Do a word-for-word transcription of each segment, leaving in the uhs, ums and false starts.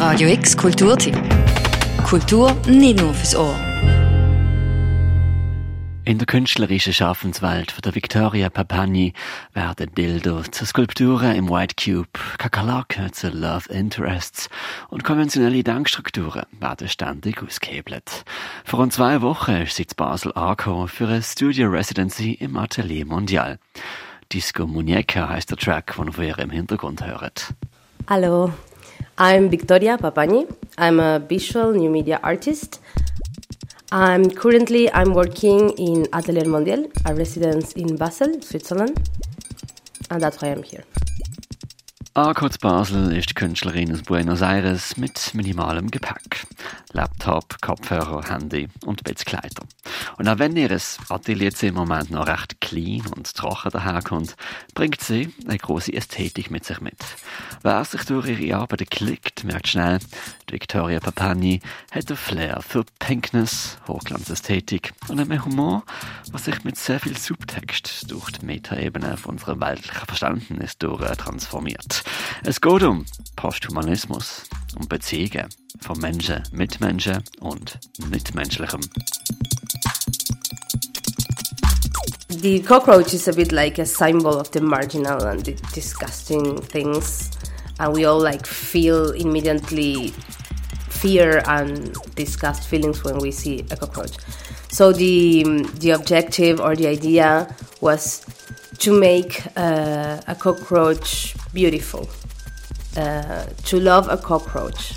Radio X Kulturtipp. Kultur nicht nur fürs Ohr. In der künstlerischen Schaffenswelt von der Victoria Papani werden Bilder zu Skulpturen im White Cube, Kakerlaken zu Love Interests und konventionelle Denkstrukturen werden ständig ausgehebelt. Vor rund zwei Wochen ist sie in Basel angekommen für eine Studio Residency im Atelier Mondial. Disco Muñeca heisst der Track, den ihr von ihr im Hintergrund hört. Hello, I'm Victoria Papani. I'm a visual new media artist. I'm currently I'm working in Atelier Mondial, a residence in Basel, Switzerland, and that's why I'm here. Angekommen in Basel ist die Künstlerin aus Buenos Aires mit minimalem Gepäck. Laptop, Kopfhörer, Handy und Bettkleider. Und auch wenn ihr Atelier im Moment noch recht klein und trocken daherkommt, bringt sie eine grosse Ästhetik mit sich mit. Wer sich durch ihre Arbeiten klickt, merkt schnell, die Victoria Papani hat ein Flair für Pinkness, Hochglanzästhetik und einen Humor, was sich mit sehr viel Subtext durch die Metaebene von unserem weltlichen Verständnis durch transformiert. Es geht um Posthumanismus, um Beziehungen von Menschen mit Menschen und Mitmenschlichem. The cockroach is a bit like a symbol of the marginal and the disgusting things, and we all like feel immediately fear and disgust feelings when we see a cockroach. So the the objective or the idea was to make uh, a cockroach beautiful, uh, to love a cockroach.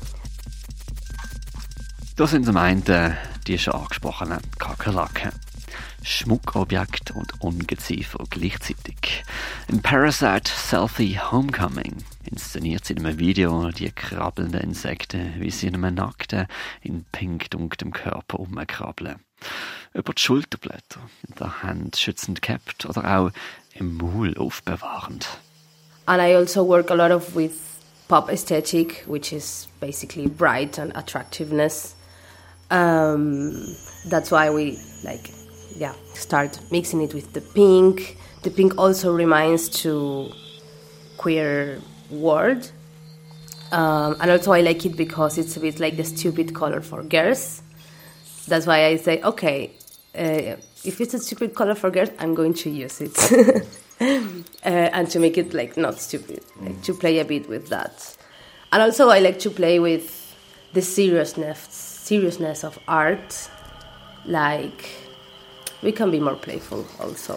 Da sind zum einen die schon angesprochenen Kakerlaken. Schmuckobjekt und Ungeziefer gleichzeitig. In Parasite Selfie Homecoming inszeniert sie in einem Video die krabbelnden Insekten, wie sie in einem nackten, in pink dunklem Körper umkrabbeln. Über die Schulterblätter, in der Hand schützend gehabt oder auch im Maul aufbewahrend. And I also work a lot of with pop aesthetic, which is basically bright and attractiveness. Um, that's why we like yeah, start mixing it with the pink. The pink also reminds to queer world. Um, and also I like it because it's a bit like the stupid color for girls. That's why I say, okay, uh, if it's a stupid color for girls, I'm going to use it. uh, and to make it like not stupid, like to play a bit with that. And also I like to play with the seriousness, seriousness of art, like we can be more playful also.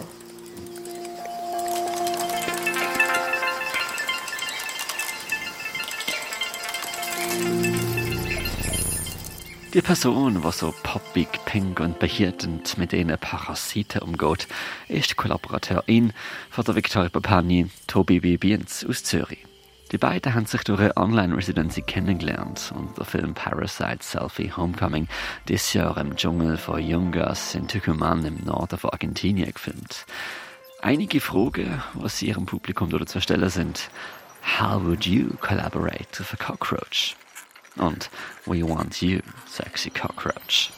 Die Person, die so poppig, pink und behirtend mit diesen Parasiten umgeht, ist die Kollaborateurin von der Victoria Papani, Tobi Bibiens aus Zürich. Die beiden haben sich durch eine Online-Residency kennengelernt und der Film Parasite Selfie Homecoming dieses Jahr im Dschungel von Yungas in Tucumán im Norden von Argentinien gefilmt. Einige Fragen, die sie ihrem Publikum dazu stellen, sind: How would you collaborate with a cockroach? Und We want you, sexy cockroach.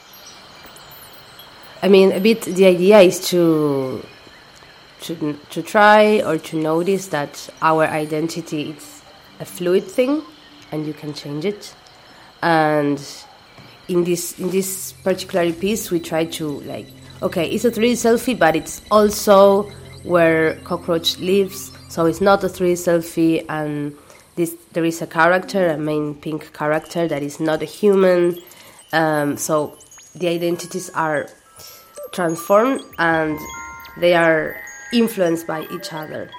I mean, a bit the idea is to to to try or to notice that our identity is a fluid thing and you can change it. And in this in this particular piece we try to like, okay, it's a three D selfie, but it's also where cockroach lives, so it's not a three D selfie, and this there is a character, a main pink character that is not a human, um, so the identities are transformed and they are influenced by each other.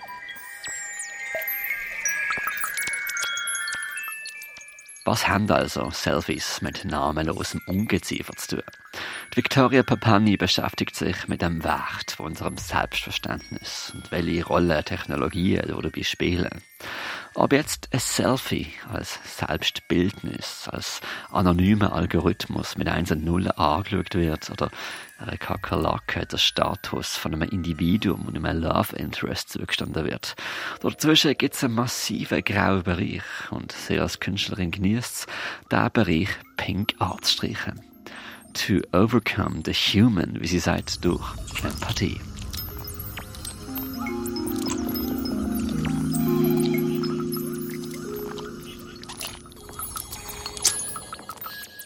Was haben also Selfies mit namenlosem Ungeziefer zu tun? Die Victoria Papani beschäftigt sich mit dem Wert von unserem Selbstverständnis und welche Rolle Technologien dabei spielen. Ob jetzt ein Selfie als Selbstbildnis, als anonymer Algorithmus mit Eins und Nullen angeschaut wird oder eine Kakerlake der Status von einem Individuum und einem Love Interest zugestanden wird. Dazwischen gibt es einen massiven grauen Bereich und sie als Künstlerin genießt es, diesen Bereich pink anzustreichen. To overcome the human, wie sie sagt, durch Empathie.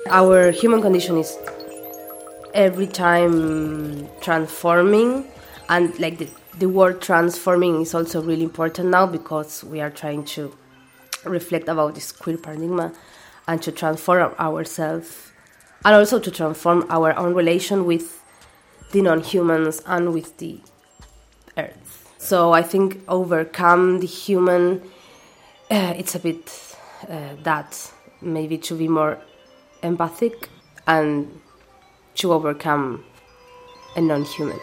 Our human condition is every time transforming, and like the, the word transforming is also really important now because we are trying to reflect about this queer paradigm and to transform ourselves and also to transform our own relation with the non-humans and with the earth. So I think overcome the human, uh, it's a bit uh, that, maybe to be more empathic and to overcome a non-human.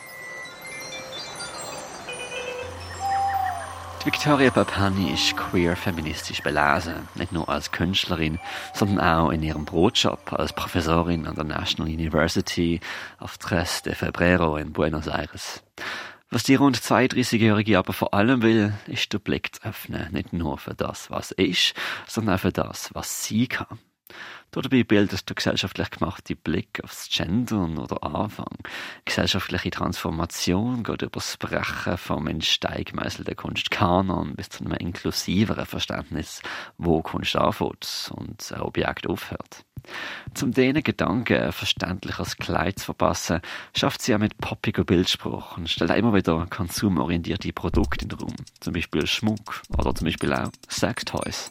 Victoria Papani ist queer-feministisch belesen, nicht nur als Künstlerin, sondern auch in ihrem Brotjob als Professorin an der National University auf Tres de Febrero in Buenos Aires. Was die rund zweiunddreißigjährige aber vor allem will, ist den Blick zu öffnen, nicht nur für das, was ist, sondern auch für das, was sie kann. Dabei bildet der gesellschaftlich gemachte Blick aufs Gendern oder Anfang. Gesellschaftliche Transformation geht über das Brechen vom in Stein gemeißelten Kunstkanon bis zu einem inklusiveren Verständnis, wo Kunst anfängt und ein Objekt aufhört. Um diesen Gedanken ein verständliches Kleid zu verpassen, schafft sie auch mit poppiger Bildspruch und stellt immer wieder konsumorientierte Produkte in den Raum. Zum Beispiel Schmuck oder zum Beispiel auch Sextoys.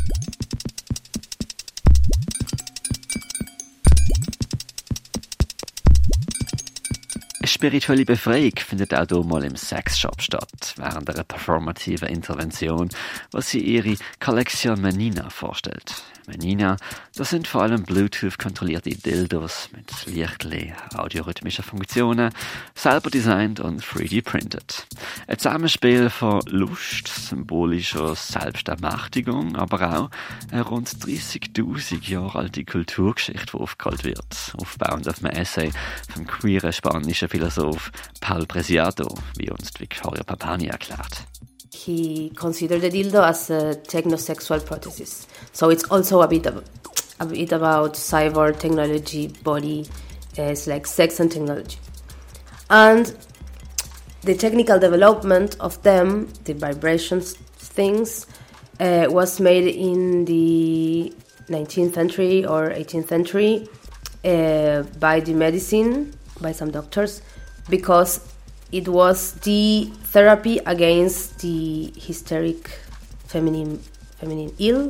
Spirituelle Befreiung findet auch hier mal im Sexshop statt, während einer performativen Intervention, was sie ihre Collection Menina vorstellt. Menina, das sind vor allem Bluetooth-kontrollierte Dildos mit Lichtli, audiorhythmischen Funktionen, selber designt und drei D-printed. Ein Zusammenspiel von Lust, symbolischer Selbstermächtigung, aber auch eine rund dreissigtausend Jahre alte Kulturgeschichte, die aufgeholt wird, aufbauend auf einem Essay vom queeren spanischen Philosoph Paul Preciado, wie uns Victoria Papani erklärt. He considered the dildo as a technosexual prosthesis. So it's also a bit, of, a bit about cyber technology, body, uh, it's like sex and technology. And the technical development of them, the vibrations things, uh, was made in the nineteenth century or eighteenth century uh, by the medicine, by some doctors, because it was the therapy against the hysteric feminine feminine ill.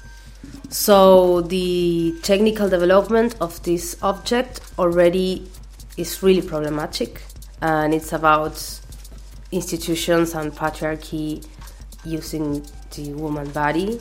So the technical development of this object already is really problematic, and it's about institutions and patriarchy using the woman body.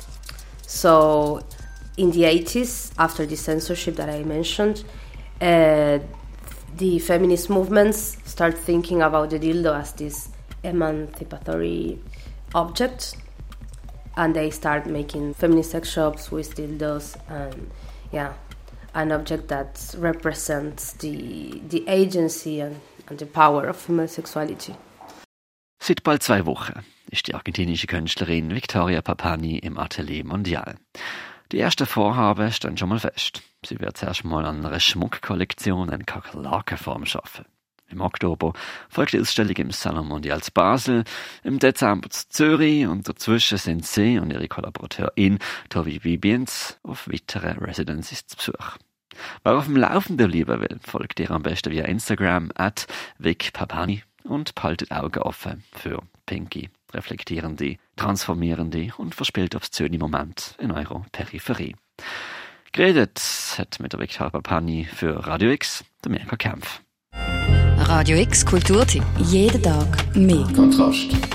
So in the eighties, after the censorship that I mentioned, uh, the feminist movements start thinking about the dildo as this emancipatory object, and they start making feminist sex shops with dildos, and yeah, an object that represents the the agency and, and the power of female sexuality. Seit bald zwei Wochen ist die argentinische Künstlerin Victoria Papani im Atelier Mondial. Die ersten Vorhaben stehen schon mal fest. Sie wird zuerst mal an einer Schmuckkollektion in Kakerlakenform arbeiten. Im Oktober folgt die Ausstellung im Salon Mondial zu Basel, im Dezember zu Zürich und dazwischen sind sie und ihre Kollaborateurin Tovi Bibiens auf weitere Residencies zu Besuch. Wer auf dem Laufenden bleiben will, folgt ihr am besten via Instagram at Vic Papani und behaltet Augen offen für pinky, reflektierende, transformierende und verspielt aufs schöne Moment in eurer Peripherie. Geredet hat mit der Victoria Papani für Radio X der Mirka Kempf. Radio X Kulturtipp. Jeden Tag mehr. Kontrast.